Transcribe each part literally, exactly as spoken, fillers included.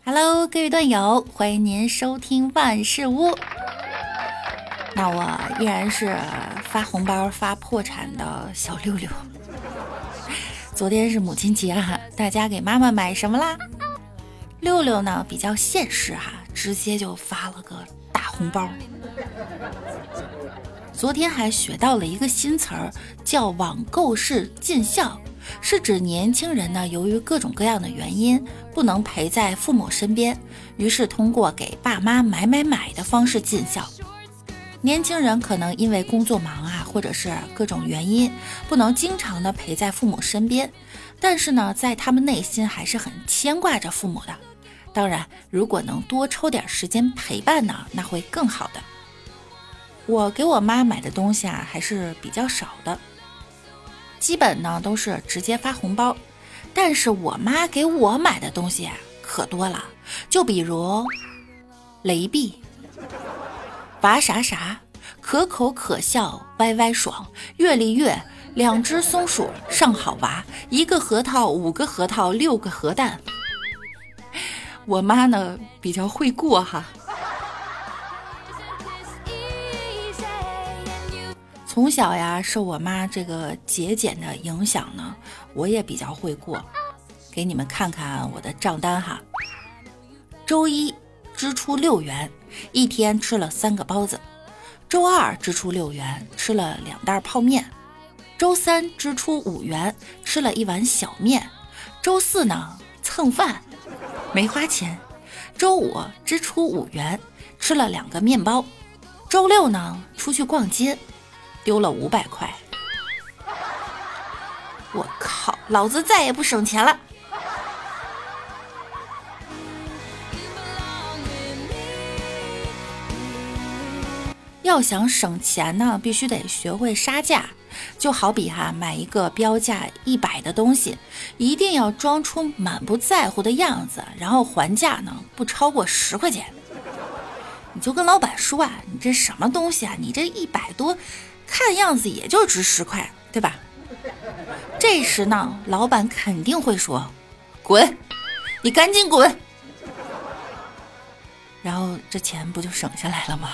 Hello， 各位段友，欢迎您收听万事屋。那我依然是发红包发破产的小六六。昨天是母亲节哈，大家给妈妈买什么啦？六六呢比较现实哈，直接就发了个大红包。昨天还学到了一个新词儿，叫网购式尽孝，是指年轻人呢由于各种各样的原因不能陪在父母身边，于是通过给爸妈买买买的方式尽孝。年轻人可能因为工作忙啊，或者是各种原因不能经常的陪在父母身边，但是呢在他们内心还是很牵挂着父母的。当然如果能多抽点时间陪伴呢，那会更好的。我给我妈买的东西啊还是比较少的，基本呢都是直接发红包，但是我妈给我买的东西啊可多了，就比如雷碧、娃啥啥、可口可笑、歪歪爽、月丽月、两只松鼠、上好娃、一个核桃、五个核桃、六个核弹。我妈呢比较会过哈。从小呀受我妈这个节俭的影响呢，我也比较会过。给你们看看我的账单哈。周一支出六元，一天吃了三个包子。周二支出六元，吃了两袋泡面。周三支出五元，吃了一碗小面。周四呢蹭饭没花钱。周五支出五元，吃了两个面包。周六呢出去逛街，丢了五百块。我靠，老子再也不省钱了。要想省钱呢，必须得学会杀价。就好比哈，买一个标价一百的东西，一定要装出满不在乎的样子，然后还价呢不超过十块钱。你就跟老板说啊，你这什么东西啊，你这一百多，看样子也就值十块，对吧？这时呢，老板肯定会说，滚，你赶紧滚。然后这钱不就省下来了吗？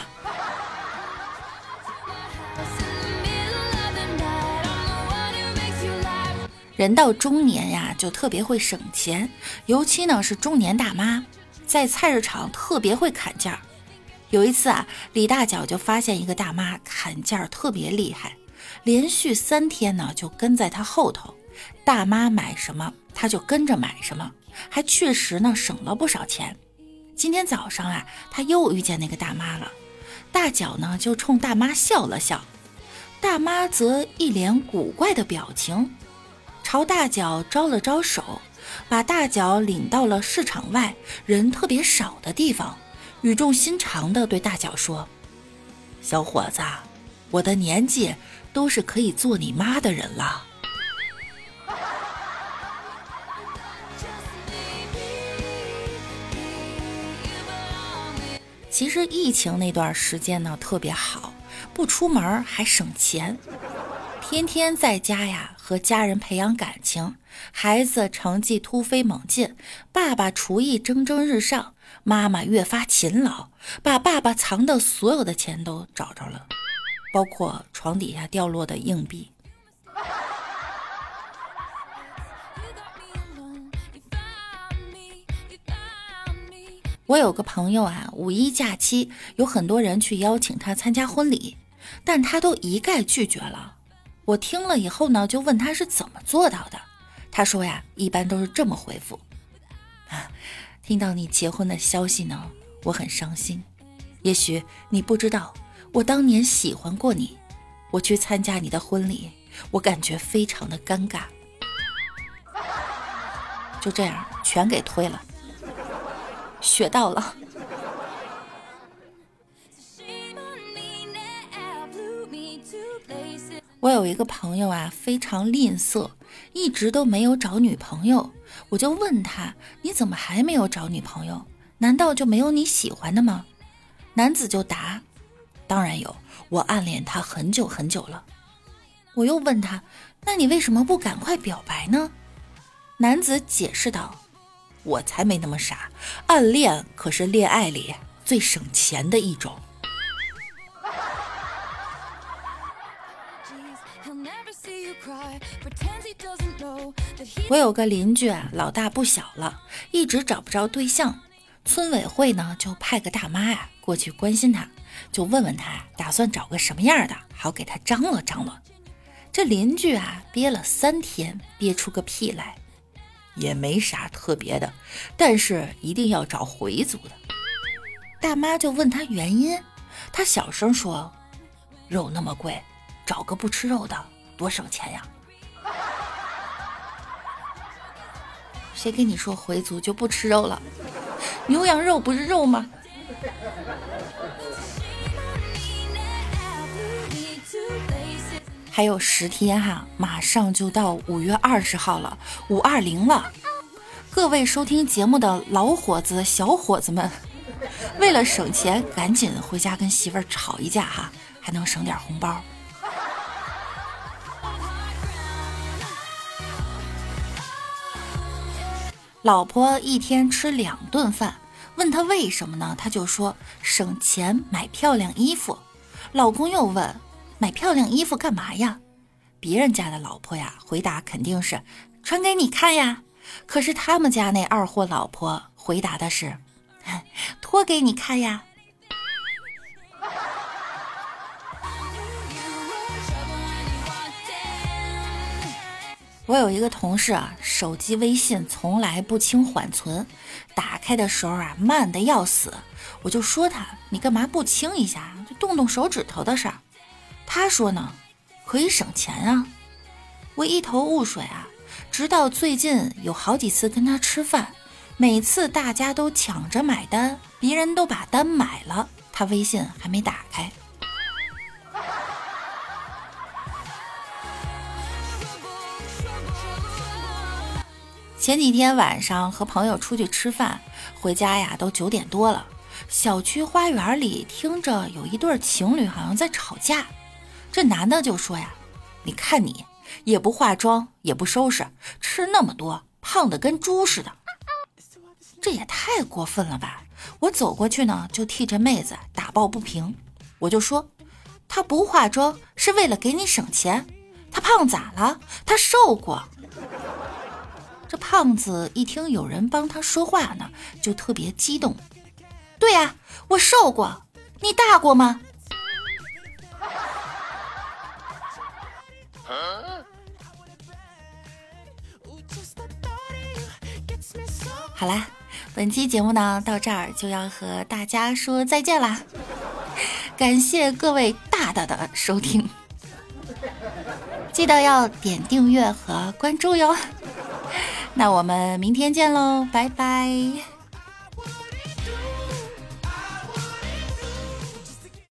人到中年呀，就特别会省钱，尤其呢是中年大妈，在菜市场特别会砍价。有一次啊，李大脚就发现一个大妈砍价特别厉害，连续三天呢就跟在她后头，大妈买什么他就跟着买什么，还确实呢省了不少钱。今天早上啊，他又遇见那个大妈了，大脚呢就冲大妈笑了笑，大妈则一脸古怪的表情，朝大脚招了招手，把大脚领到了市场外人特别少的地方，语重心长地对大脚说，小伙子，我的年纪都是可以做你妈的人了。其实疫情那段时间呢特别好，不出门还省钱，天天在家呀和家人培养感情，孩子成绩突飞猛进，爸爸厨艺蒸蒸日上，妈妈越发勤劳，把爸爸藏的所有的钱都找着了，包括床底下掉落的硬币。我有个朋友啊，五一假期有很多人去邀请他参加婚礼，但他都一概拒绝了。我听了以后呢，就问他是怎么做到的。他说呀，一般都是这么回复啊，听到你结婚的消息呢，我很伤心。也许你不知道，我当年喜欢过你，我去参加你的婚礼，我感觉非常的尴尬。就这样全给推了。学到了。我有一个朋友啊，非常吝啬，一直都没有找女朋友。我就问他，你怎么还没有找女朋友？难道就没有你喜欢的吗？男子就答，当然有，我暗恋他很久很久了。我又问他，那你为什么不赶快表白呢？男子解释道， 我才没那么傻，暗恋可是恋爱里最省钱的一种。我有个邻居啊，老大不小了，一直找不着对象。村委会呢就派个大妈呀、啊、过去关心他，就问问他打算找个什么样的，好给他张罗张罗。这邻居啊憋了三天，憋出个屁来，也没啥特别的，但是一定要找回族的。大妈就问他原因，他小声说：肉那么贵，找个不吃肉的多省钱呀。谁跟你说回族就不吃肉了？牛羊肉不是肉吗？还有十天哈，马上就到五月二十号了，五二零了。各位收听节目的老伙子、小伙子们，为了省钱，赶紧回家跟媳妇儿吵一架哈，还能省点红包。老婆一天吃两顿饭，问他为什么呢？他就说省钱买漂亮衣服。老公又问买漂亮衣服干嘛呀？别人家的老婆呀，回答肯定是穿给你看呀。可是他们家那二货老婆回答的是脱给你看呀。我有一个同事啊，手机微信从来不清缓存，打开的时候啊慢的要死，我就说他你干嘛不清一下，就动动手指头的事儿。他说呢可以省钱啊。我一头雾水啊，直到最近有好几次跟他吃饭，每次大家都抢着买单，别人都把单买了，他微信还没打开。前几天晚上和朋友出去吃饭，回家呀都九点多了，小区花园里听着有一对情侣好像在吵架。这男的就说呀，你看你也不化妆也不收拾，吃那么多，胖得跟猪似的，这也太过分了吧。我走过去呢，就替这妹子打抱不平，我就说她不化妆是为了给你省钱，她胖咋了？她瘦过。这胖子一听有人帮他说话呢，就特别激动。对呀、啊，我瘦过，你大过吗？好啦，本期节目呢到这儿就要和大家说再见啦，感谢各位大大的收听，记得要点订阅和关注哟。那我们明天见喽，拜拜。